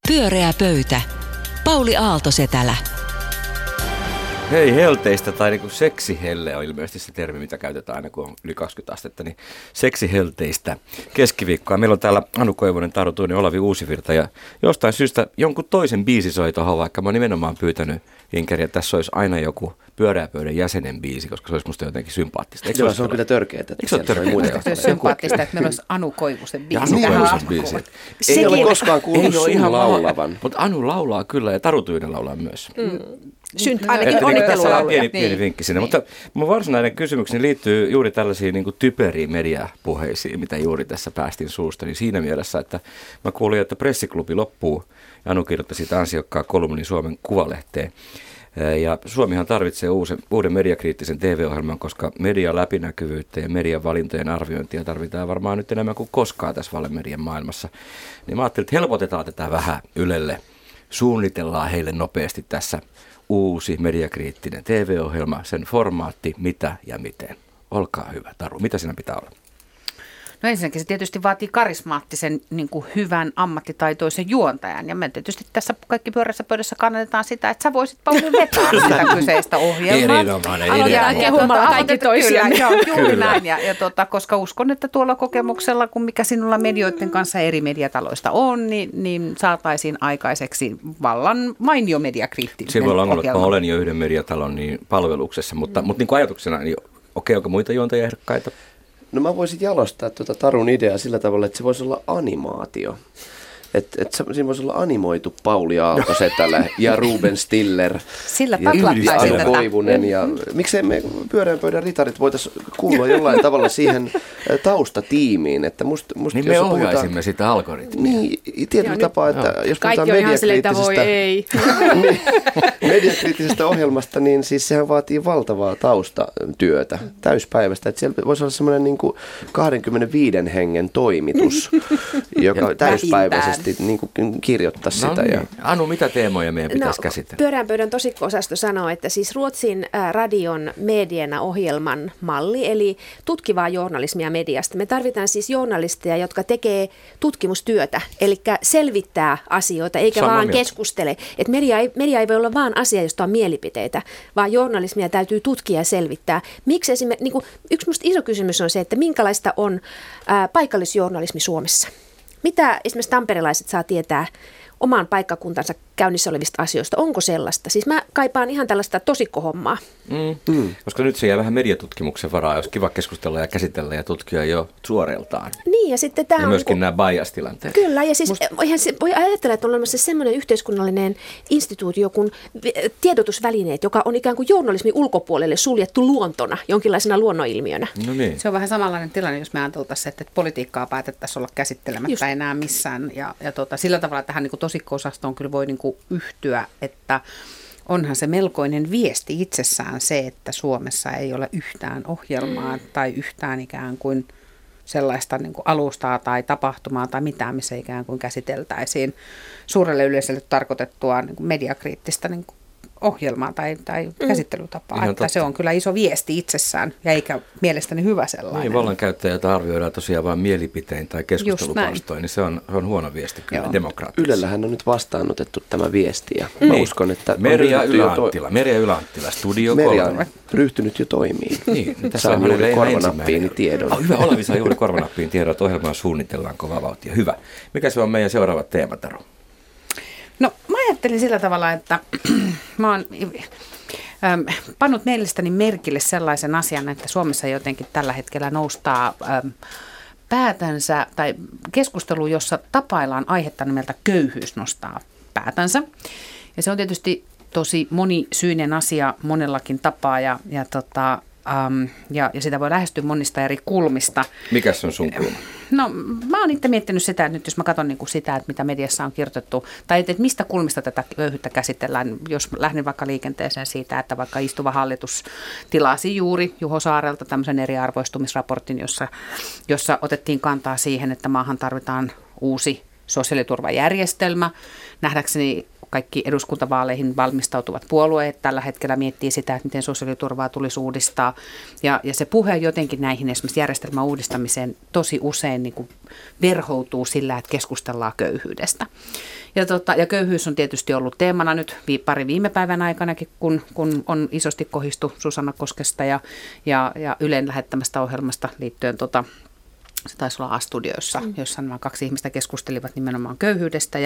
Pyöreä pöytä. Pauli Aalto-Setälä. Hei, helteistä tai niin kuin seksihelle on ilmeisesti se termi, mitä käytetään aina kun on yli 20 astetta, niin seksihelteistä keskiviikkoa. Meillä on täällä Anu Koivunen, Taru Tuinen, Olavi Uusivirta ja jostain syystä jonkun toisen biisi soi tuohon, vaikka mä oon nimenomaan pyytänyt Inkeriä, että tässä olisi aina joku pyöreä pöydän jäsenen biisi, koska se olisi musta jotenkin sympaattista. Joo, se on kyllä törkeää. Eikö se ole törkeää? Se on sympaattista, että meillä olisi Anu Koivusen biisi. Ei ole koskaan kuullut sun laulavan. Mutta Anu laulaa kyllä ja Taru Tuinen laulaa myös. Ainakin onnittelulauluja. Pieni vinkki sinne, mutta mun varsinainen kysymykseni liittyy juuri tällaisiin niin kuin typeriin mediapuheisiin, mitä juuri tässä päästin suusta. Niin siinä mielessä, että mä kuulin, että pressiklubi loppuu ja Anu kirjoitti siitä ansiokkaan kolumnin Suomen Kuvalehteen. Ja Suomihan tarvitsee uuden mediakriittisen TV-ohjelman, koska median läpinäkyvyyttä ja median valintojen arviointia tarvitaan varmaan nyt enemmän kuin koskaan tässä valemedian maailmassa. Niin mä ajattelin, että helpotetaan tätä vähän Ylelle. Suunnitellaan heille nopeasti tässä uusi mediakriittinen TV-ohjelma, sen formaatti, mitä ja miten. Olkaa hyvä, Taru. Mitä siinä pitää olla? No ensinnäkin se tietysti vaatii karismaattisen, niin kuin hyvän ammattitaitoisen juontajan. Ja me tietysti tässä kaikki pyörässä pöydässä kannatetaan sitä, että sä voisit Pauli vetää sitä kyseistä ohjelmaa. Erinomainen. Aloitetaan kehumalla kaikki toisiaan. Juuri näin. Koska uskon, että tuolla kokemuksella, kun mikä sinulla medioiden kanssa eri mediataloista on, niin saataisiin aikaiseksi vallan mainio mediakriittinen se voi olla ongelma, että ohjelma. mä olen jo yhden mediatalon niin palveluksessa, mutta niin kuin ajatuksena, niin okei, onko muita juontajaehdokkaita? No mä voisin jalostaa tuota Tarun ideaa sillä tavalla, että se voisi olla animaatio. Että siinä voisi olla animoitu Pauli Aalto-Setälä ja Ruben Stiller Sillä ja taklattaisiin Anu Koivunen. Ja miksei me pyöreän pöydän ritarit voitaisiin kuulua jollain tavalla siihen taustatiimiin. Että niin me ohjaisimme sitä algoritmia. Niin, tietyllä tapaa, että jos puhutaan mediakriittisestä ohjelmasta, niin siis sehän vaatii valtavaa taustatyötä täyspäivästä. Että siellä voisi olla semmoinen niin kuin 25 hengen toimitus, joka täyspäiväisesti niin kuin kirjoittaa sitä. Niin. Ja Anu, mitä teemoja meidän pitäisi käsitellä? Pyöreän pöydän tosikko-osasto sanoo, että siis Ruotsin radion mediana ohjelman malli, eli tutkivaa journalismia mediasta. Me tarvitaan siis journalisteja, jotka tekee tutkimustyötä, eli selvittää asioita, eikä Samaa vaan mieltä. keskustele. Et media ei voi olla vaan asia, josta on mielipiteitä, vaan journalismia täytyy tutkia ja selvittää. Miksi esimerkiksi, niin kuin, yksi musta iso kysymys on se, että minkälaista on paikallisjournalismi Suomessa? Mitä esimerkiksi tamperelaiset saa tietää oman paikkakuntansa käynnissä olevista asioista? Onko sellaista? Siis mä kaipaan ihan tällaista tosikkohommaa. Koska nyt se jää vähän mediatutkimuksen varaa, jos kiva keskustella ja käsitellä ja tutkia jo suoreeltaan. Niin, ja sitten tämä ja on myöskin nämä bias-tilanteet. Kyllä, ja siis eihän se voi ajatella, että on olemassa semmoinen yhteiskunnallinen instituutio kuin tiedotusvälineet, joka on ikään kuin journalismin ulkopuolelle suljettu luontona, jonkinlaisena luonnonilmiönä. No niin. Se on vähän samanlainen tilanne, jos me ajateltaisiin, että politiikkaa päätettäisiin olla käsittelemättä enää missään. Ja sillä tavalla tähän niin kuin tosikko-osastoon kyllä voi niin kuin yhtyä, että onhan se melkoinen viesti itsessään se, että Suomessa ei ole yhtään ohjelmaa tai yhtään ikään kuin sellaista niin kuin alustaa tai tapahtumaa tai mitään, missä ikään kuin käsiteltäisiin suurelle yleisölle tarkoitettua niin kuin mediakriittistä niin kuin ohjelmaa tai käsittelytapaa. Että se on kyllä iso viesti itsessään ja eikä mielestäni hyvä sellainen. Niin, vallankäyttäjät arvioidaan tosiaan vain mielipiteen tai keskustelupalstoin, niin se on huono viesti kyllä demokraattisesti. Ylellähän on nyt vastaanotettu tämä viesti ja mä uskon, että Merja Yläanttila, Studio 3. Merja on ryhtynyt jo toimiin. Niin, tässä on juuri korvanappiin tiedon. Hyvä, Olavi saa juuri korvanappiin tiedon, että ohjelmaa suunnitellaan kovaa vauhtia. Hyvä. Mikä se on meidän seuraava teema, Taru? No mä ajattelin sillä tavalla, että mä oon pannut mielestäni merkille sellaisen asian, että Suomessa jotenkin tällä hetkellä noustaa päätänsä tai keskustelu, jossa tapaillaan aihetta nimeltä köyhyys nostaa päätänsä. Ja se on tietysti tosi monisyinen asia monellakin tapaa ja sitä voi lähestyä monista eri kulmista. Mikäs on sun kulma? No mä oon itse miettinyt sitä, että nyt jos mä katson niin kuin sitä, että mitä mediassa on kirjoitettu, tai että mistä kulmista tätä köyhyyttä käsitellään, jos lähden vaikka liikenteeseen siitä, että vaikka istuva hallitus tilasi juuri Juho Saarelta tämmöisen eriarvoistumisraportin, jossa otettiin kantaa siihen, että maahan tarvitaan uusi sosiaaliturvajärjestelmä. Nähdäkseni kaikki eduskuntavaaleihin valmistautuvat puolueet tällä hetkellä miettii sitä, että miten sosiaaliturvaa tulisi uudistaa. Ja se puhe jotenkin näihin esimerkiksi järjestelmän uudistamiseen tosi usein niin kuin verhoutuu sillä, että keskustellaan köyhyydestä. Ja köyhyys on tietysti ollut teemana nyt pari viime päivän aikanakin, kun on isosti kohistu Susanna Koskesta ja Ylen lähettämästä ohjelmasta liittyen se taisi olla A-studioissa, jossa nämä 2 ihmistä keskustelivat nimenomaan köyhyydestä.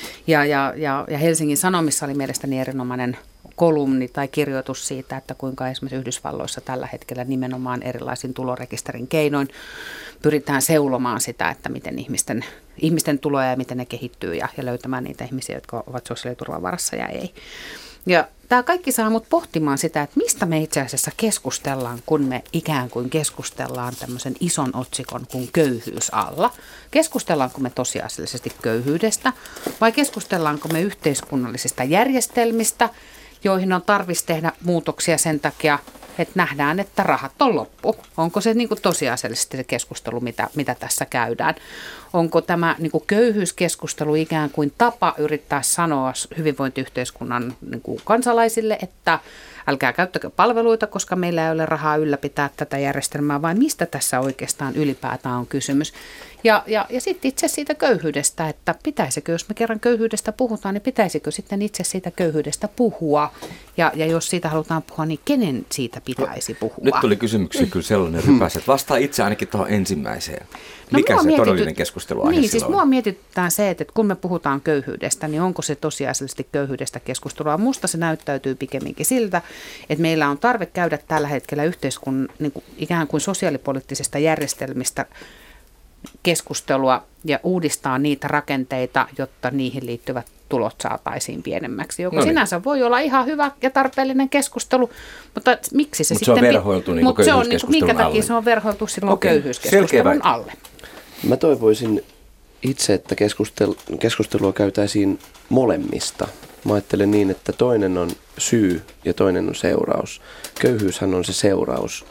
Ja Helsingin Sanomissa oli mielestäni erinomainen kolumni tai kirjoitus siitä, että kuinka esimerkiksi Yhdysvalloissa tällä hetkellä nimenomaan erilaisin tulorekisterin keinoin pyritään seulomaan sitä, että miten ihmisten tuloja ja miten ne kehittyy ja löytämään niitä ihmisiä, jotka ovat sosiaaliturvan varassa ja ei. Ja tämä kaikki saa mut pohtimaan sitä, että mistä me itse asiassa keskustellaan, kun me ikään kuin keskustellaan tämmöisen ison otsikon kuin köyhyys alla. Keskustellaanko me tosiasiallisesti köyhyydestä vai keskustellaanko me yhteiskunnallisista järjestelmistä, joihin on tarvis tehdä muutoksia sen takia, että nähdään, että rahat on loppu. Onko se niin kuin tosiasiallisesti se keskustelu, mitä tässä käydään? Onko tämä niin kuin köyhyyskeskustelu ikään kuin tapa yrittää sanoa hyvinvointiyhteiskunnan niin kuin kansalaisille, että älkää käyttäkö palveluita, koska meillä ei ole rahaa ylläpitää tätä järjestelmää, vai mistä tässä oikeastaan ylipäätään on kysymys? Ja sitten itse siitä köyhyydestä, että pitäisikö, jos me kerran köyhyydestä puhutaan, niin pitäisikö sitten itse siitä köyhyydestä puhua? Ja jos siitä halutaan puhua, niin kenen siitä pitäisi puhua? Nyt tuli kysymyksiä kyllä sellainen rypäs, että vastaa itse ainakin tuohon ensimmäiseen. Mikä se todellinen keskustelu aihe niin, siis mua mietitään se, että kun me puhutaan köyhyydestä, niin onko se tosiasiallisesti köyhyydestä keskustelua? Musta se näyttäytyy pikemminkin siltä, että meillä on tarve käydä tällä hetkellä yhteiskunnan niin kuin ikään kuin sosiaalipoliittisista järjestelmistä keskustelua ja uudistaa niitä rakenteita, jotta niihin liittyvät tulot saataisiin pienemmäksi, joka sinänsä voi olla ihan hyvä ja tarpeellinen keskustelu, mutta miksi se sitten... Se on verhoiltu niin mutta se on niin minkä takia se on verhoiltu silloin köyhyyskeskustelun alle? Mä toivoisin itse, että keskustelua käytäisiin molemmista. Mä ajattelen niin, että toinen on syy ja toinen on seuraus. Köyhyyshän on se seuraus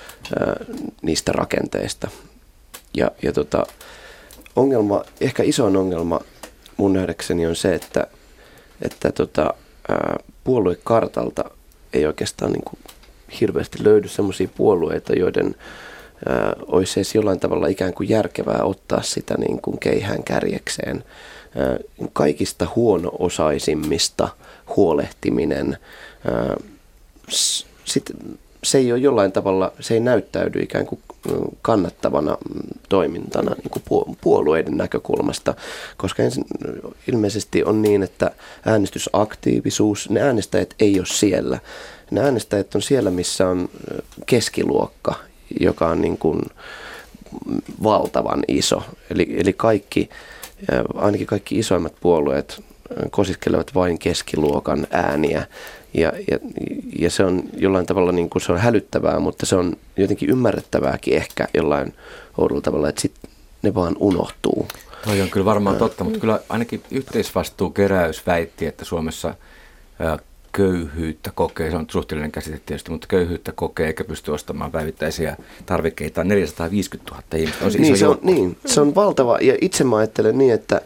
niistä rakenteista. Ja ongelma, ehkä isoin ongelma mun nähdäkseni on se, että puoluekartalta ei oikeastaan niin kuin hirveästi löydy semmoisia puolueita, joiden olisi edes jollain tavalla ikään kuin järkevää ottaa sitä niin kuin keihään kärjekseen. Kaikista huono-osaisimmista huolehtiminen, se ei ole jollain tavalla, se ei näyttäydy ikään kuin kannattavana toimintana niin kuin puolueiden näkökulmasta, koska ilmeisesti on niin, että äänestysaktiivisuus, ne äänestäjät ei ole siellä. Ne äänestäjät on siellä, missä on keskiluokka, joka on niin kuin valtavan iso. Eli ainakin kaikki isoimmat puolueet kosiskelevat vain keskiluokan ääniä. Ja se on jollain tavalla niin kuin se on hälyttävää, mutta se on jotenkin ymmärrettävääkin ehkä jollain oudolla tavalla, että sitten ne vaan unohtuu. Toi on kyllä varmaan totta, mutta kyllä ainakin yhteisvastuukeräys väitti, että Suomessa köyhyyttä kokee, se on suhteellinen käsite tietysti, mutta köyhyyttä kokee eikä pysty ostamaan päivittäisiä tarvikkeita 450 000 ihmistä. On se iso joukko. Se on valtava, ja itse mä ajattelen niin, että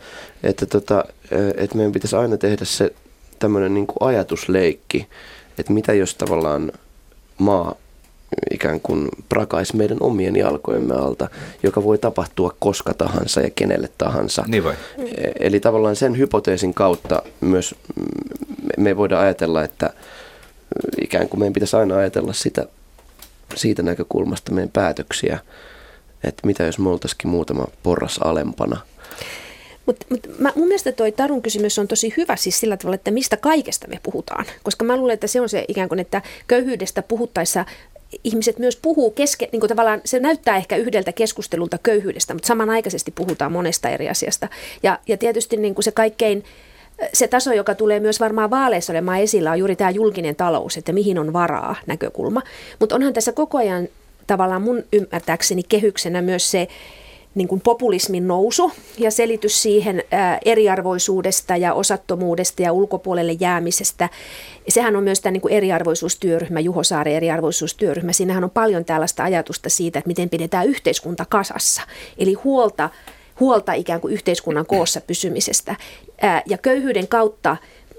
meidän pitäisi aina tehdä se tämmöinen niin kuin ajatusleikki, että mitä jos tavallaan maa ikään kuin prakaisi meidän omien jalkojemme alta, joka voi tapahtua koska tahansa ja kenelle tahansa. Niin voi. Eli tavallaan sen hypoteesin kautta myös me voidaan ajatella, että ikään kuin meidän pitäisi aina ajatella siitä näkökulmasta meidän päätöksiä, että mitä jos me oltaisikin muutama porras alempana. Mutta mun mielestä toi Tarun kysymys on tosi hyvä siis sillä tavalla, että mistä kaikesta me puhutaan. Koska mä luulen, että se on se ikään kuin, että köyhyydestä puhuttaessa ihmiset myös puhuu niin kuin tavallaan, se näyttää ehkä yhdeltä keskustelulta köyhyydestä, mutta samanaikaisesti puhutaan monesta eri asiasta. Ja tietysti niin kuin se taso, joka tulee myös varmaan vaaleissa olemaan esillä, on juuri tämä julkinen talous, että mihin on varaa näkökulma. Mutta onhan tässä koko ajan tavallaan mun ymmärtääkseni kehyksenä myös se niin kuin populismin nousu ja selitys siihen eriarvoisuudesta ja osattomuudesta ja ulkopuolelle jäämisestä. Sehän on myös tämä niin kuin eriarvoisuustyöryhmä, Juho Saaren eriarvoisuustyöryhmä. Siinähän on paljon tällaista ajatusta siitä, että miten pidetään yhteiskunta kasassa. Eli huolta ikään kuin yhteiskunnan koossa pysymisestä. Ja köyhyyden kautta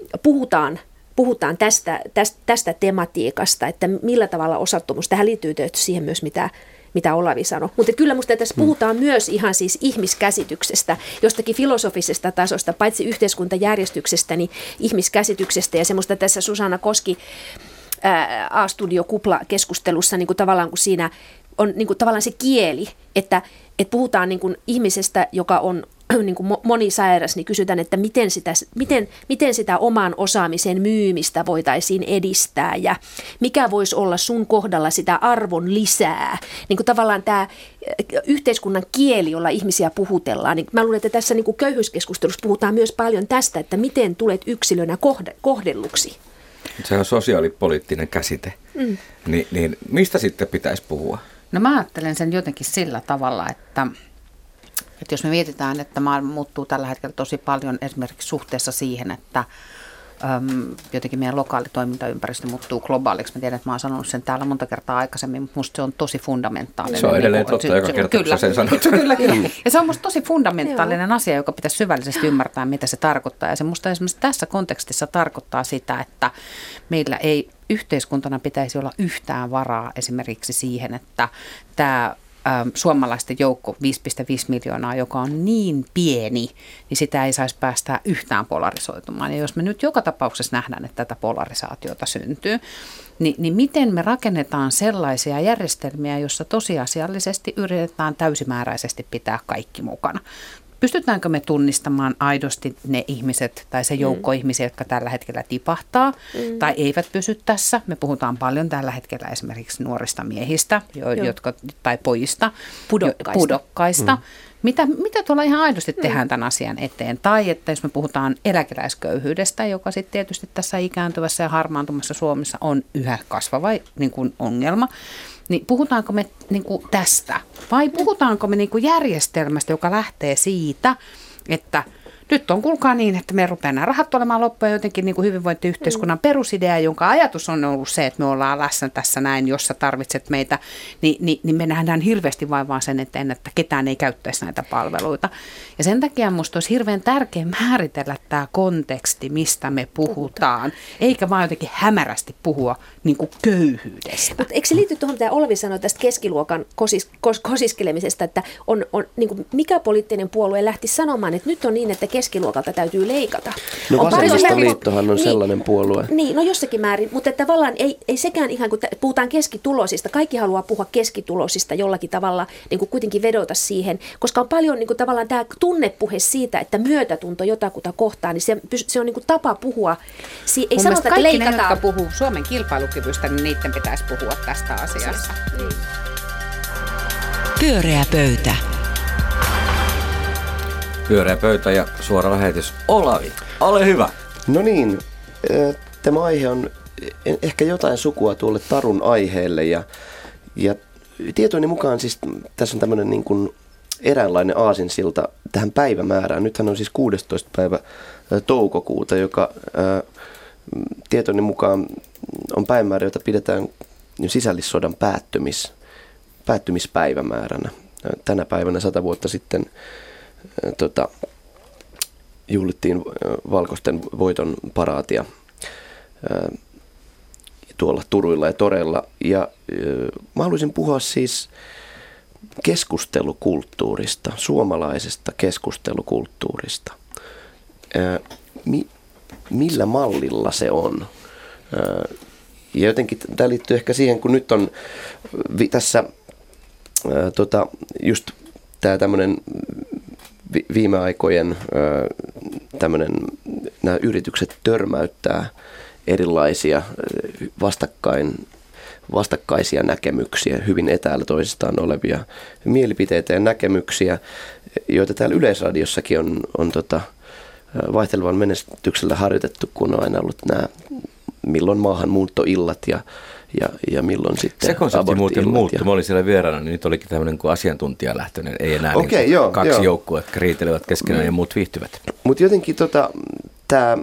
puhutaan tästä tematiikasta, että millä tavalla osattomuus, tähän liittyy siihen myös mitä Olavi sanoi. Mutta kyllä musta tässä puhutaan myös ihan siis ihmiskäsityksestä, jostakin filosofisesta tasosta, paitsi yhteiskuntajärjestyksestä, niin ihmiskäsityksestä ja semmoista tässä Susanna Koski A-studio-kupla-keskustelussa niin kuin tavallaan kun siinä on niin kuin tavallaan se kieli, että puhutaan niin kuin ihmisestä, joka on niin kuin monisairas, niin kysytään, että miten sitä oman osaamisen myymistä voitaisiin edistää ja mikä voisi olla sun kohdalla sitä arvon lisää. Niin kuin tavallaan tämä yhteiskunnan kieli, jolla ihmisiä puhutellaan. Niin mä luulen, että tässä niin kuin köyhyyskeskustelussa puhutaan myös paljon tästä, että miten tulet yksilönä kohdelluksi. Se on sosiaalipoliittinen käsite. Niin mistä sitten pitäisi puhua? No mä ajattelen sen jotenkin sillä tavalla, että jos me mietitään, että maailma muuttuu tällä hetkellä tosi paljon esimerkiksi suhteessa siihen, että jotenkin meidän lokaali toimintaympäristö muuttuu globaaliksi. Mä tiedän, että mä oon sanonut sen täällä monta kertaa aikaisemmin, mutta musta se on tosi fundamentaalinen. Se on edelleen totta joka kerta, kun sen sanot. Kyllä. Ja se on musta tosi fundamentaalinen asia, joka pitäisi syvällisesti ymmärtää, mitä se tarkoittaa. Ja se musta esimerkiksi tässä kontekstissa tarkoittaa sitä, että meillä ei yhteiskuntana pitäisi olla yhtään varaa esimerkiksi siihen, että tämä suomalaisten joukko 5,5 miljoonaa, joka on niin pieni, niin sitä ei saisi päästää yhtään polarisoitumaan. Ja jos me nyt joka tapauksessa nähdään, että tätä polarisaatiota syntyy, niin miten me rakennetaan sellaisia järjestelmiä, joissa tosiasiallisesti yritetään täysimääräisesti pitää kaikki mukana? Pystytäänkö me tunnistamaan aidosti ne ihmiset tai se joukko ihmisiä, jotka tällä hetkellä tipahtaa tai eivät pysy tässä? Me puhutaan paljon tällä hetkellä esimerkiksi nuorista miehistä tai pojista, pudokkaista. Mitä tuolla ihan aidosti tehdään tämän asian eteen? Tai että jos me puhutaan eläkeläisköyhyydestä, joka sitten tietysti tässä ikääntyvässä ja harmaantumassa Suomessa on yhä kasvava niin kuin ongelma, niin puhutaanko me niin kuin tästä vai puhutaanko me niin kuin järjestelmästä, joka lähtee siitä, että nyt on kuulkaa niin, että me rupeaa nämä rahat olemaan loppuja jotenkin niin kuin hyvinvointiyhteiskunnan perusidea, jonka ajatus on ollut se, että me ollaan läsnä tässä näin, jos sä tarvitset meitä, niin me nähdään hirveästi vaivaan sen eteen, että ketään ei käyttäisi näitä palveluita. Ja sen takia musta olisi hirveän tärkeää määritellä tämä konteksti, mistä me puhutaan, eikä vaan jotenkin hämärästi puhua niin kuin köyhyydestä. Mutta eikö se liity tuohon, mitä Olavi sanoi tästä keskiluokan kosiskelemisesta, että on niin kuin mikä poliittinen puolue lähti sanomaan, että nyt on niin, että keskiluokalta täytyy leikata. No vasemmistoliittohan on sellainen puolue. Niin, no jossakin määrin, mutta tavallaan ei sekään ihan, kun puhutaan keskituloisista, kaikki haluaa puhua keskituloisista jollakin tavalla, niin kuin kuitenkin vedota siihen, koska on paljon niin kuin tavallaan tämä tunnepuhe siitä, että myötätunto jotakuta kohtaan, niin se on niin kuin tapa puhua. Ei sanota, että leikataan. Kaikki ne, jotka puhuu Suomen kilpailukyvystä, niin niiden pitäisi puhua tästä asiasta. Niin. Pyöreä pöytä. Pyöreä pöytä ja suora lähetys. Olavi, ole hyvä. No niin, tämä aihe on ehkä jotain sukua tuolle Tarun aiheelle ja tietojeni mukaan siis tässä on tämmöinen niin kuin eräänlainen aasinsilta tähän päivämäärään. Nythän on siis 16. päivä toukokuuta, joka tietojeni mukaan on päivämäärä, jota pidetään sisällissodan päättymispäivämääränä. Tänä päivänä 100 vuotta sitten juhlittiin valkoisten voiton paraatia tuolla Turuilla ja Toreilla. Ja mä haluaisin puhua siis keskustelukulttuurista, suomalaisesta keskustelukulttuurista. Millä mallilla se on? Ja jotenkin tämä liittyy ehkä siihen, kun nyt on tässä just tämä tämmöinen viime aikojen nämä yritykset törmäyttää erilaisia vastakkaisia näkemyksiä, hyvin etäällä toisistaan olevia mielipiteitä ja näkemyksiä, joita täällä Yleisradiossakin on vaihtelevan menestyksellä harjoitettu, kun on aina ollut nämä milloin maahanmuuttoillat ja milloin sitten se konsepti muuten muuttui. Mä olin siellä vieraana, niin nyt olikin tämmöinen kuin asiantuntijalähtöinen. Ei enää kaksi joukkoa, jotka riitelevät keskenään ja muut viihtyvät. Mutta jotenkin tämä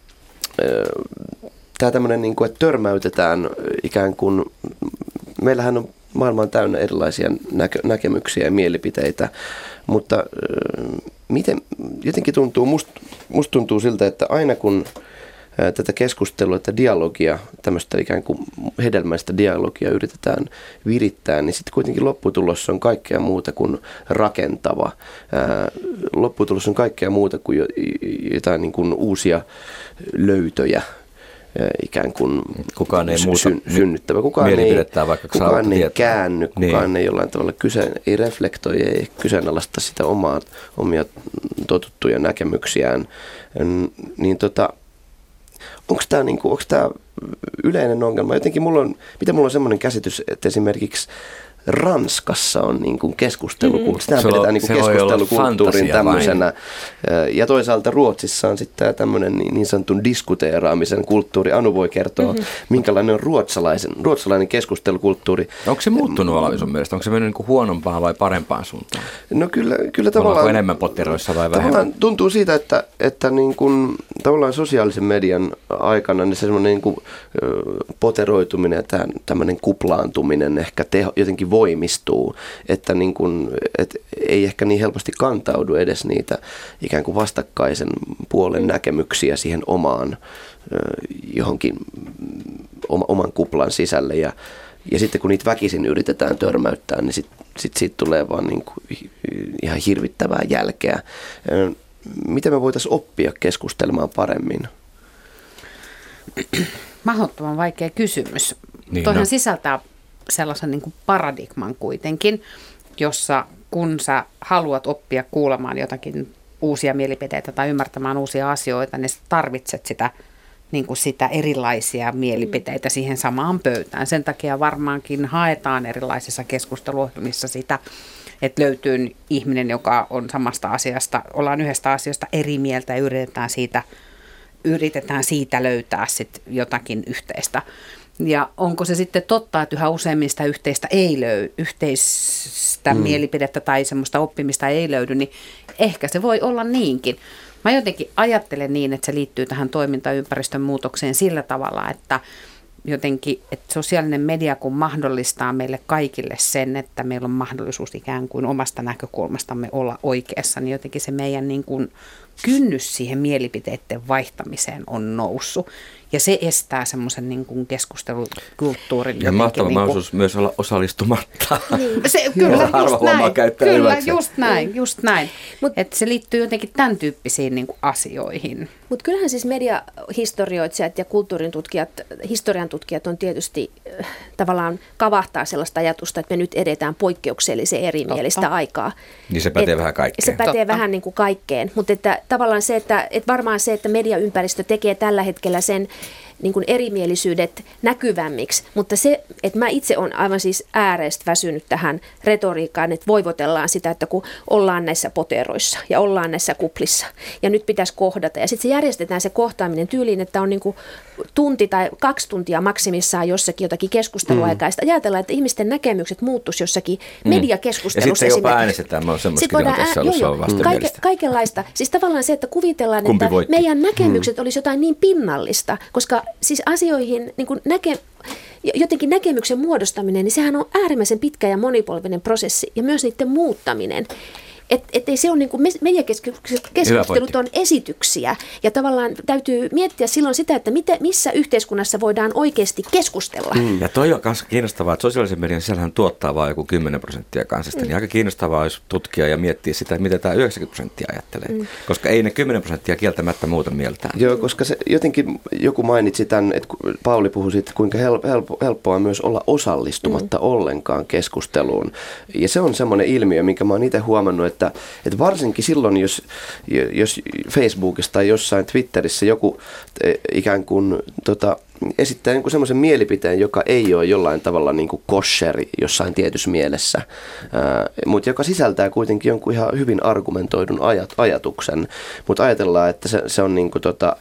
tämmöinen, niin kuin, että törmäytetään ikään kuin, meillähän on maailman täynnä erilaisia näkemyksiä ja mielipiteitä, mutta miten jotenkin tuntuu, musta tuntuu siltä, että aina kun tätä keskustelua, tätä dialogia, tämmöistä ikään kuin hedelmällistä dialogia yritetään virittää, niin sitten kuitenkin lopputulos on kaikkea muuta kuin rakentava. Lopputulos on kaikkea muuta kuin jotain niin kuin uusia löytöjä. Ikään kuin kukaan ei synnyttävä. Kukaan ei käänny, kukaan niin. ei jollain tavalla ei reflektoi, ei kyseenalaista sitä omia totuttuja näkemyksiään. Niin onko tämä yleinen ongelma? Jotenkin mulla on semmoinen käsitys, että esimerkiksi Ranskassa on niin kuin keskustelukulttuuri. Sitä pidetään niin kuin keskustelukulttuurin tämmöisenä. Ja toisaalta Ruotsissa on sitten tämmöinen niin sanotun diskuteeraamisen kulttuuri. Anu voi kertoa, minkälainen on ruotsalainen keskustelukulttuuri. Onko se muuttunut Olavi sun mielestä? Onko se mennyt niin kuin huonompaan vai parempaan suuntaan? No kyllä tavallaan. Ollaanko enemmän potteroissa vai vähemmän? Tuntuu siitä, että niin kuin, tavallaan sosiaalisen median aikana niin se semmoinen niin kuin poteroituminen ja tämmöinen kuplaantuminen ehkä jotenkin voimistuu, että niin kuin, ei ehkä niin helposti kantaudu edes niitä ikään kuin vastakkaisen puolen näkemyksiä siihen omaan johonkin oman kuplan sisälle ja sitten kun niitä väkisin yritetään törmäyttää, niin sit siitä tulee vaan niin kuin ihan hirvittävää jälkeä. Miten me voitaisiin oppia keskustelemaan paremmin? Mahdottoman vaikea kysymys. Toihan sisältää sellaisen niin kuin paradigman kuitenkin, jossa kun sä haluat oppia kuulemaan jotakin uusia mielipiteitä tai ymmärtämään uusia asioita, niin sä tarvitset sitä erilaisia mielipiteitä siihen samaan pöytään. Sen takia varmaankin haetaan erilaisissa keskusteluohjelmissa sitä, että löytyy ihminen, joka on samasta asiasta, ollaan yhdestä asiasta eri mieltä ja yritetään siitä löytää sit jotakin yhteistä. Ja onko se sitten totta, että yhä useimmista yhteistä mielipidettä tai semmoista oppimista ei löydy, niin ehkä se voi olla niinkin. Mä jotenkin ajattelen niin, että se liittyy tähän toimintaympäristön muutokseen sillä tavalla, että jotenkin, että sosiaalinen media kun mahdollistaa meille kaikille sen, että meillä on mahdollisuus ikään kuin omasta näkökulmastamme olla oikeassa, niin jotenkin se meidän niin kuin kynnys siihen mielipiteiden vaihtamiseen on noussut. Ja se estää semmoisen niin kuin keskustelukulttuurin. Ja mahtava mahdollisuus myös olla osallistumatta. Kyllä, just näin. Että se liittyy jotenkin tämän tyyppisiin niin kuin asioihin. Mutta kyllähän siis mediahistorioitsijat ja kulttuurin tutkijat, historian tutkijat on tietysti tavallaan kavahtaa sellaista ajatusta, että me nyt edetään poikkeuksellisen erimielistä aikaa. Niin se pätee vähän kaikkeen. Se pätee vähän niin kuin kaikkeen, mutta että tavallaan se, että varmaan se, että mediaympäristö tekee tällä hetkellä sen niin kuin erimielisyydet näkyvämmiksi, mutta se, että mä itse olen aivan siis ääreistä väsynyt tähän retoriikkaan, että voivotellaan sitä, että kun ollaan näissä poteroissa ja ollaan näissä kuplissa ja nyt pitäisi kohdata ja sitten se järjestetään se kohtaaminen tyyliin, että on niin kuin tunti tai 2 tuntia maksimissaan jossakin jotakin keskusteluaikaa. Sitten ajatellaan, että ihmisten näkemykset muuttuisi jossakin mediakeskustelussa. Ja sitten jopa äänestetään, mä oon semmoista tilanteessa ollut vastenmielistä. Kaikenlaista. Siis tavallaan se, että kuvitellaan, että meidän näkemykset olisi jotain niin pinnallista, koska siis asioihin niin kuin jotenkin näkemyksen muodostaminen, niin sehän on äärimmäisen pitkä ja monipolvinen prosessi ja myös niiden muuttaminen. Ettei se ole niin kuin mediakeskustelut on esityksiä ja tavallaan täytyy miettiä silloin sitä, että missä yhteiskunnassa voidaan oikeasti keskustella. Ja toi on myös kiinnostavaa, että sosiaalisen median sisällähän tuottaa vain joku 10% kansasta. Niin aika kiinnostavaa olisi tutkia ja miettiä sitä, mitä tämä 90% ajattelee. Koska ei ne 10% kieltämättä muuta mieltään. Joo, koska se, jotenkin joku mainitsi tämän, että Pauli puhui siitä, kuinka helppoa myös olla osallistumatta ollenkaan keskusteluun. Ja se on semmoinen ilmiö, minkä mä oon itse huomannut, että varsinkin silloin, jos Facebookissa tai jossain Twitterissä joku ikään kuin esittää niin kuin semmoisen mielipiteen, joka ei ole jollain tavalla niin kuin kosheri jossain tietyssä mielessä, mutta joka sisältää kuitenkin jonkun ihan hyvin argumentoidun ajatuksen, mutta ajatellaan, että se on niin kuin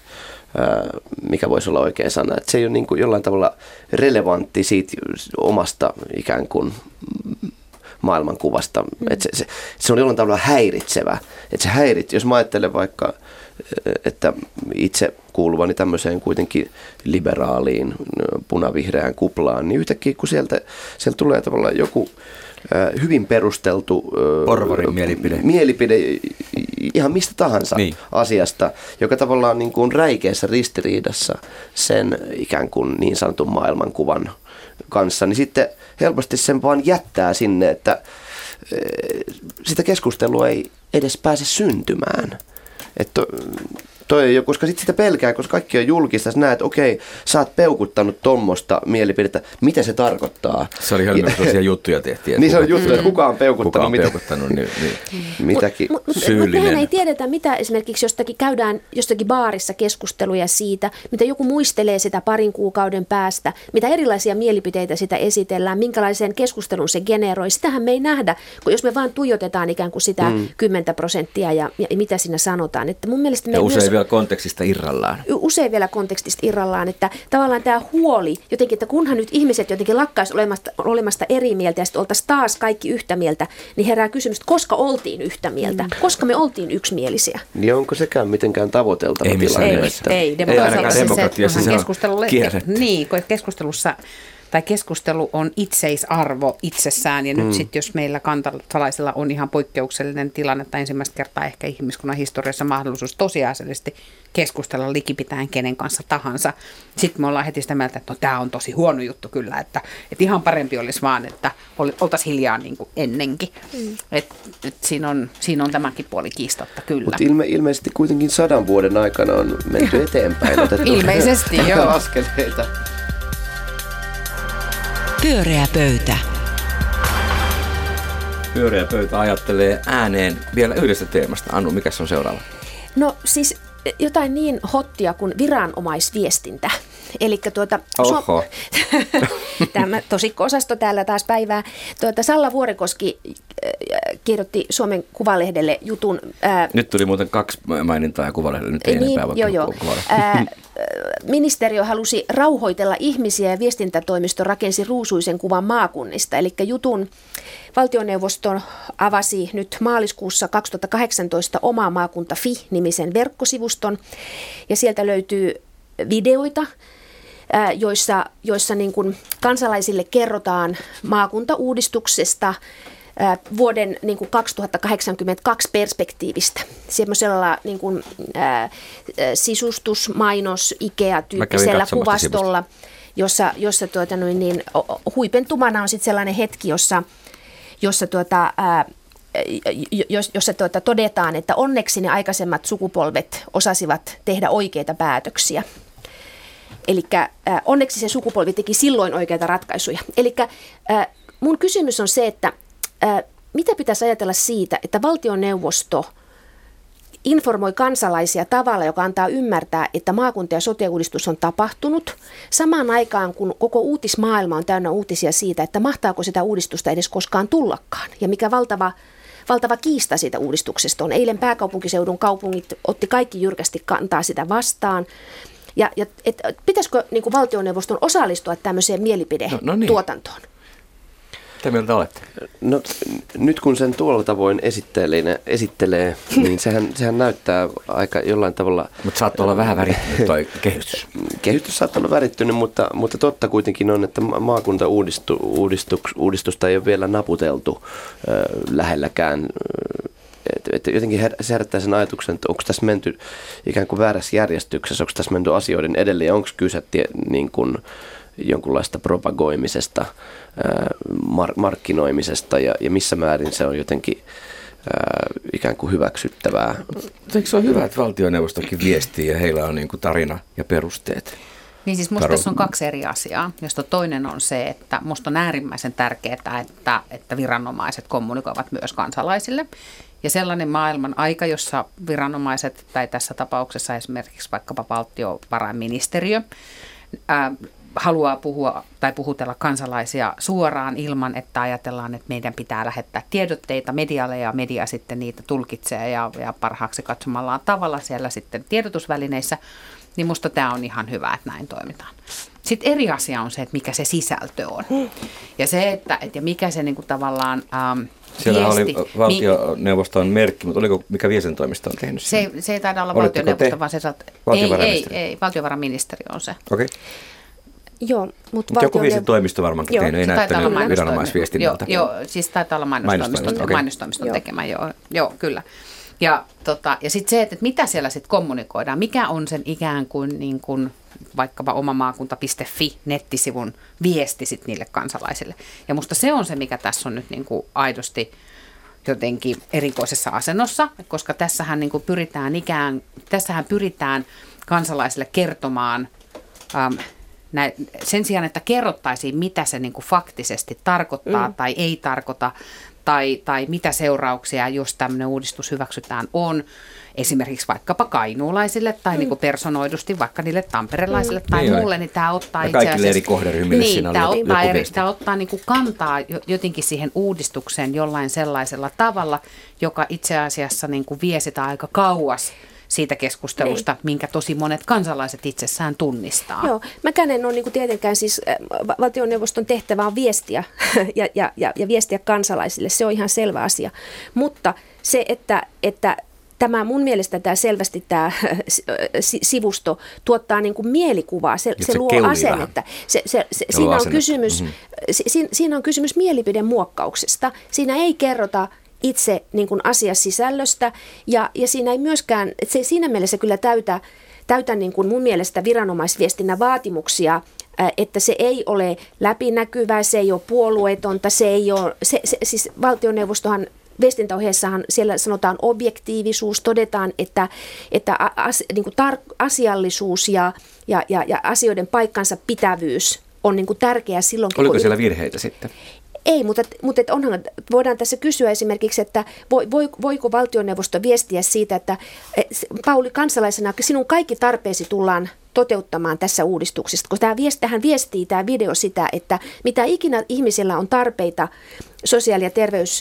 mikä voisi olla oikea sana, että se ei ole niin kuin jollain tavalla relevantti siitä omasta ikään kuin maailmankuvasta. Että se on jollain tavalla häiritsevä. Että se jos mä ajattelen vaikka, että itse kuuluvani tämmöiseen kuitenkin liberaaliin, punavihreään kuplaan, niin yhtäkkiä kun sieltä tulee tavallaan joku hyvin perusteltu porvarin mielipide ihan mistä tahansa asiasta, joka tavallaan niin kuin on räikeässä ristiriidassa sen ikään kuin niin sanotun maailmankuvan kanssa, niin sitten helposti sen vaan jättää sinne, että sitä keskustelua ei edes pääse syntymään. Että koska sitten sitä pelkää, koska kaikki on julkista, sä näet, että okei, sä oot peukuttanut tommosta mielipidettä, mitä se tarkoittaa. Se oli ihan sellaisia juttuja tehtiin. Niin se on juttuja, että kuka on peukuttanut, mitäkin syyllinen. Mutta mehän ei tiedetä, mitä esimerkiksi käydään jostakin baarissa keskusteluja siitä, mitä joku muistelee sitä parin kuukauden päästä, mitä erilaisia mielipiteitä sitä esitellään, minkälaisen keskustelun se generoi. Sitähän me ei nähdä, kun jos me vaan tuijotetaan ikään kuin sitä 10% ja mitä siinä sanotaan. Että mun mielestä me vielä kontekstista irrallaan. Usein vielä kontekstista irrallaan, että tavallaan tämä huoli jotenkin, että kunhan nyt ihmiset jotenkin lakkaisi olemasta eri mieltä ja sitten oltaisiin taas kaikki yhtä mieltä, niin herää kysymys, että koska oltiin yhtä mieltä, koska me oltiin yksimielisiä. Niin onko sekään mitenkään tavoiteltava tilanne? Ei demokratiassa se on kierretty. Niin, keskustelu on itseisarvo itsessään, ja nyt sitten jos meillä kantalaisilla on ihan poikkeuksellinen tilanne, tai ensimmäistä kertaa ehkä ihmiskunnan historiassa mahdollisuus tosiasiallisesti keskustella likipitäen kenen kanssa tahansa, sitten me ollaan heti sitä mieltä, että no, tämä on tosi huono juttu kyllä, että ihan parempi olisi vaan, että oltaisiin hiljaa niin kuin ennenkin. Siinä on tämäkin puoli kiistatta kyllä. Mutta ilmeisesti kuitenkin 100 vuoden aikana on menty eteenpäin. Ilmeisesti, joo. Askeleita. Pyöreä pöytä. Pyöreä pöytä ajattelee ääneen vielä yhdestä teemasta. Annu, mikä on seuraava? No siis jotain niin hottia kuin viranomaisviestintä. Elikkä tämä tosikko-osasto täällä taas päivää. Salla Vuorikoski kirjoitti Suomen Kuvalehdelle jutun. Nyt tuli muuten 2 mainintaa ja Kuvalehdelle, nyt ei enempää Ministeriö halusi rauhoitella ihmisiä ja viestintätoimisto rakensi ruusuisen kuvan maakunnista. Eli jutun valtioneuvosto avasi nyt maaliskuussa 2018 Oma maakunta Fi-nimisen verkkosivuston ja sieltä löytyy videoita, joissa niin kuin kansalaisille kerrotaan maakuntauudistuksesta vuoden niin kuin 2082 perspektiivistä. Semmoisella niin kuin, sisustusmainos IKEA-tyyppisellä kuvastolla, jossa huipentumana on sitten sellainen hetki, jossa todetaan, että onneksi ne aikaisemmat sukupolvet osasivat tehdä oikeita päätöksiä. Eli onneksi se sukupolvi teki silloin oikeita ratkaisuja. Eli mun kysymys on se, että mitä pitäisi ajatella siitä, että valtioneuvosto informoi kansalaisia tavalla, joka antaa ymmärtää, että maakunta- ja sote-uudistus on tapahtunut, samaan aikaan kun koko uutismaailma on täynnä uutisia siitä, että mahtaako sitä uudistusta edes koskaan tullakaan, ja mikä valtava kiista siitä uudistuksesta on. Eilen pääkaupunkiseudun kaupungit otti kaikki jyrkästi kantaa sitä vastaan. Ja pitäisikö niin kuin valtioneuvoston osallistua tämmöiseen mielipidetuotantoon? Mitä mieltä olette? No, nyt kun sen tuolla tavoin esittelee, niin sehän näyttää aika jollain tavalla... Mutta saattaa olla vähän värittynyt toi kehitys. Kehitys saattaa olla värittynyt, mutta totta kuitenkin on, että maakuntauudistusta ei ole vielä naputeltu lähelläkään. Että jotenkin se herättää sen ajatuksen, että onko tässä menty ikään kuin väärässä järjestyksessä, onko tässä menty asioiden edelleen, onko kyse niin kuin jonkunlaista propagoimisesta, markkinoimisesta ja missä määrin se on jotenkin ikään kuin hyväksyttävää. Eikö se ole hyvä, että valtioneuvostokin viestii ja heillä on niin kuin tarina ja perusteet? Niin siis musta tässä on 2 eri asiaa, josta toinen on se, että musta on äärimmäisen tärkeää, että viranomaiset kommunikoivat myös kansalaisille. Ja sellainen maailman aika, jossa viranomaiset, tai tässä tapauksessa esimerkiksi vaikkapa valtiovarainministeriö, haluaa puhua tai puhutella kansalaisia suoraan ilman, että ajatellaan, että meidän pitää lähettää tiedotteita medialle ja media sitten niitä tulkitsee ja parhaaksi katsomallaan tavalla siellä sitten tiedotusvälineissä, niin musta tämä on ihan hyvä, että näin toimitaan. Sitten eri asia on se, että mikä se sisältö on. Ja se, että mikä se niinku tavallaan siellä oli valtioneuvoston merkki, mutta oliko mikä viestintätoimisto on tehnyt sen? Se ei taida olla valtioneuvosto, vaan se ei, valtiovarainministeriö on se. Okay. Joo, mutta Joku viestintätoimisto varmaan tehnyt, ei näyttänyt viranomaisviestinnältä. Joo, siis taitaa olla mainostoimiston tekemä, joo, kyllä. Ja sitten se, että mitä siellä sitten kommunikoidaan, mikä on sen ikään kuin vaikkapa omamaakunta.fi nettisivun viesti sitten niille kansalaisille. Ja musta se on se, mikä tässä on nyt niin kuin aidosti jotenkin erikoisessa asennossa, koska tässähän niin kuin pyritään kansalaisille kertomaan sen sijaan, että kerrottaisiin, mitä se niin kuin faktisesti tarkoittaa tai ei tarkoita, tai mitä seurauksia, jos tämmöinen uudistus hyväksytään, on esimerkiksi vaikkapa kainuulaisille tai niin kuin personoidusti vaikka niille tamperelaisille tai muulle, niin tämä ottaa itse asiassa... Kaikille eri kohderyhmille siinä on joku viesti. Tämä ottaa niin kuin kantaa jotenkin siihen uudistukseen jollain sellaisella tavalla, joka itse asiassa niin kuin vie sitä aika kauas siitä keskustelusta, minkä tosi monet kansalaiset itsessään tunnistaa. Joo, mäkään en ole niin kuin tietenkään siis valtioneuvoston tehtävä on viestiä ja viestiä kansalaisille, se on ihan selvä asia. Mutta se, että tämä mun mielestä selvästi tämä sivusto tuottaa niin kuin mielikuvaa, se luo asennetta. Siinä on kysymys mielipidemuokkauksesta. Siinä ei kerrota itse niin kuin asiasisällöstä ja siinä ei myöskään, se siinä mielessä kyllä täytä niin kuin mun mielestä viranomaisviestinnän vaatimuksia, että se ei ole läpinäkyvää, se ei ole puolueetonta, se ei ole, siis valtioneuvostohan viestintäohjeessahan siellä sanotaan objektiivisuus, todetaan, että niin kuin asiallisuus ja asioiden paikkansa pitävyys on niin kuin tärkeää silloin. Oliko siellä virheitä sitten? Ei, mutta voidaan tässä kysyä esimerkiksi, että voiko valtioneuvosto viestiä siitä, että Pauli, kansalaisena sinun kaikki tarpeesi tullaan toteuttamaan tässä uudistuksessa, koska tähän viestii tämä video sitä, että mitä ikinä ihmisellä on tarpeita sosiaali- ja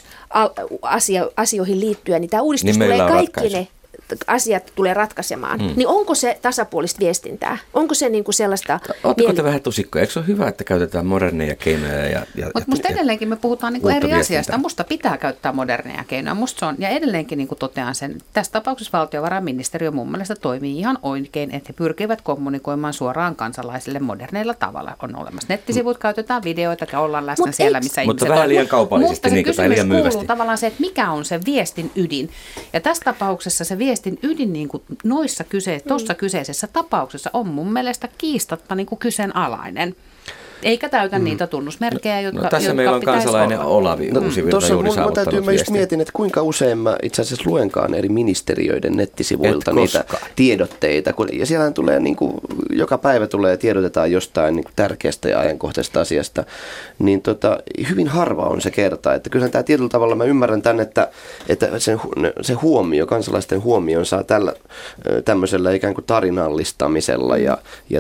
terveysasioihin liittyen, niin tämä uudistus tulee kaikki ne asiat tulee ratkaisemaan. Niin onko se tasapuolista viestintää? Onko se niin kuin sellaista... Oletteko te vähän tosikkoja? Eikö se ole hyvä, että käytetään moderneja keinoja? Mutta musta edelleenkin me puhutaan niin kuin eri asiasta. Musta pitää käyttää moderneja keinoja. Musta se on, ja edelleenkin niin kuin totean sen, tässä tapauksessa valtiovarainministeriö mun mielestä toimii ihan oikein, että he pyrkivät kommunikoimaan suoraan kansalaisille moderneilla tavalla. On olemassa nettisivut, käytetään videoita ja ollaan läsnä siellä, missä ihmiset on. Mutta vähän liian kaupallisesti, niin tai liian myyvästi. Kuuluu tavallaan se, että mikä on se viestin ydin. Ja tässä tapauksessa se viestin ydin niin kuin tuossa kyseisessä tapauksessa on mun mielestä kiistatta niin kuin kyseenalainen. Eikä täytä niitä tunnusmerkkejä, jotka tässä meillä on kansalainen Olavi Uusivirta juuri saavuttanut mä just mietin, että kuinka usein mä itse asiassa luenkaan eri ministeriöiden nettisivuilta niitä tiedotteita. Ja siellähän tulee niin kuin, joka päivä tiedotetaan jostain niin kuin tärkeästä ja ajankohtaisesta asiasta. Niin hyvin harva on se kerta. Että kyllähän tämä tietyllä tavalla mä ymmärrän tämän, että se huomio, kansalaisten huomioon saa tämmöisellä ikään kuin tarinallistamisella ja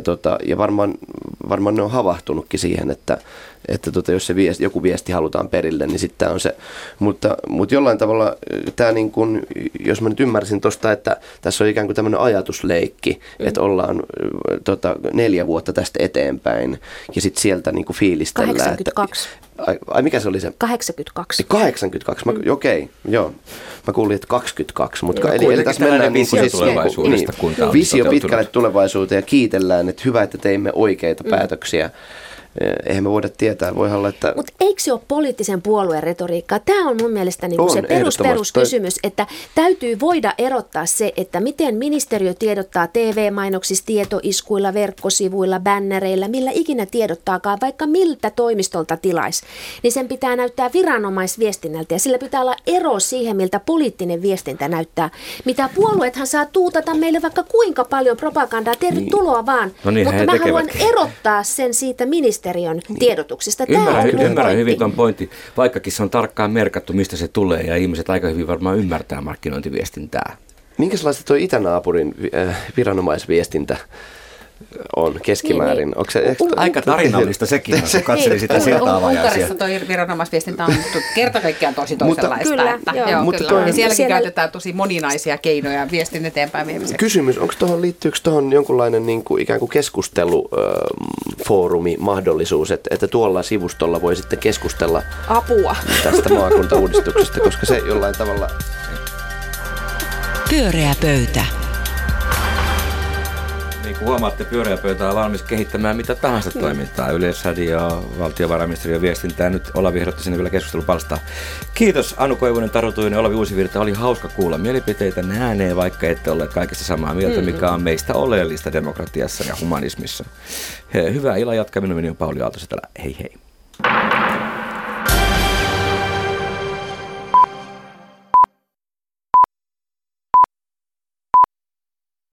varmaan ne on havahtunutkin siihen, että jos se joku viesti halutaan perille, niin sitten tämä on se. Mutta jollain tavalla tämä, niin kun, jos mä nyt ymmärsin tuosta, että tässä on ikään kuin tämmöinen ajatusleikki, että ollaan 4 vuotta tästä eteenpäin ja sitten sieltä niin kuin fiilistellään. 82. Ai mikä se oli se? 82. 82, okei, joo. Mä kuulin, että 22, mutta eli tässä mennään visio tulevaisuudesta. Visio pitkälle tulevaisuuteen ja kiitellään, että hyvä, että teimme oikeita päätöksiä. Eihän me voida tietää, voi olla, että... Mutta eikö se ole poliittisen puolueen retoriikkaa? Tämä on mun mielestä niinku se peruskysymys, että täytyy voida erottaa se, että miten ministeriö tiedottaa TV-mainoksissa, tietoiskuilla, verkkosivuilla, bännereillä, millä ikinä tiedottaakaan, vaikka miltä toimistolta tilaisi. Niin sen pitää näyttää viranomaisviestinnältä ja sillä pitää olla ero siihen, miltä poliittinen viestintä näyttää. Mitä puolueethan saa tuutata meille vaikka kuinka paljon propagandaa, tervetuloa vaan. No niin, mutta mä haluan erottaa sen siitä ministeriön tiedotuksesta. Ymmärrän hyvin tuon pointin, vaikkakin se on tarkkaan merkattu, mistä se tulee, ja ihmiset aika hyvin varmaan ymmärtää markkinointiviestintää. Minkälaista tuo itänaapurin viranomaisviestintä on keskimäärin? Niin. Onko se aika tarinallista sekin, kun katselin sitä silta-avajaisia. Unkarissa tuo viranomaisviestintä on kerta kaikkiaan tosi toisenlaista. Kyllä. Ja sielläkin käytetään tosi moninaisia keinoja viestin eteenpäin viemiseksi. Kysymys, liittyykö tuohon jonkunlainen niin kuin, ikään kuin keskustelufoorumi mahdollisuus, että tuolla sivustolla voi sitten keskustella apua tästä maakuntauudistuksesta, koska se jollain tavalla... Pyöreä pöytä. Niin kuin huomaatte, Pyöreä pöytä on valmis kehittämään mitä tahansa toimintaa. Yleisradio, valtiovarainministeriön viestintää. Nyt Olavi ehdotti sinne vielä keskustelupalstaa. Kiitos Anu Koivunen, Taru Tuinen, Olavi Uusivirta. Oli hauska kuulla mielipiteitä ääneen, vaikka ette olleet kaikista samaa mieltä, mikä on meistä oleellista demokratiassa ja humanismissa. Hyvää illan jatkaa. Minun nimi on Pauli Aalto-Setälä. Hei hei.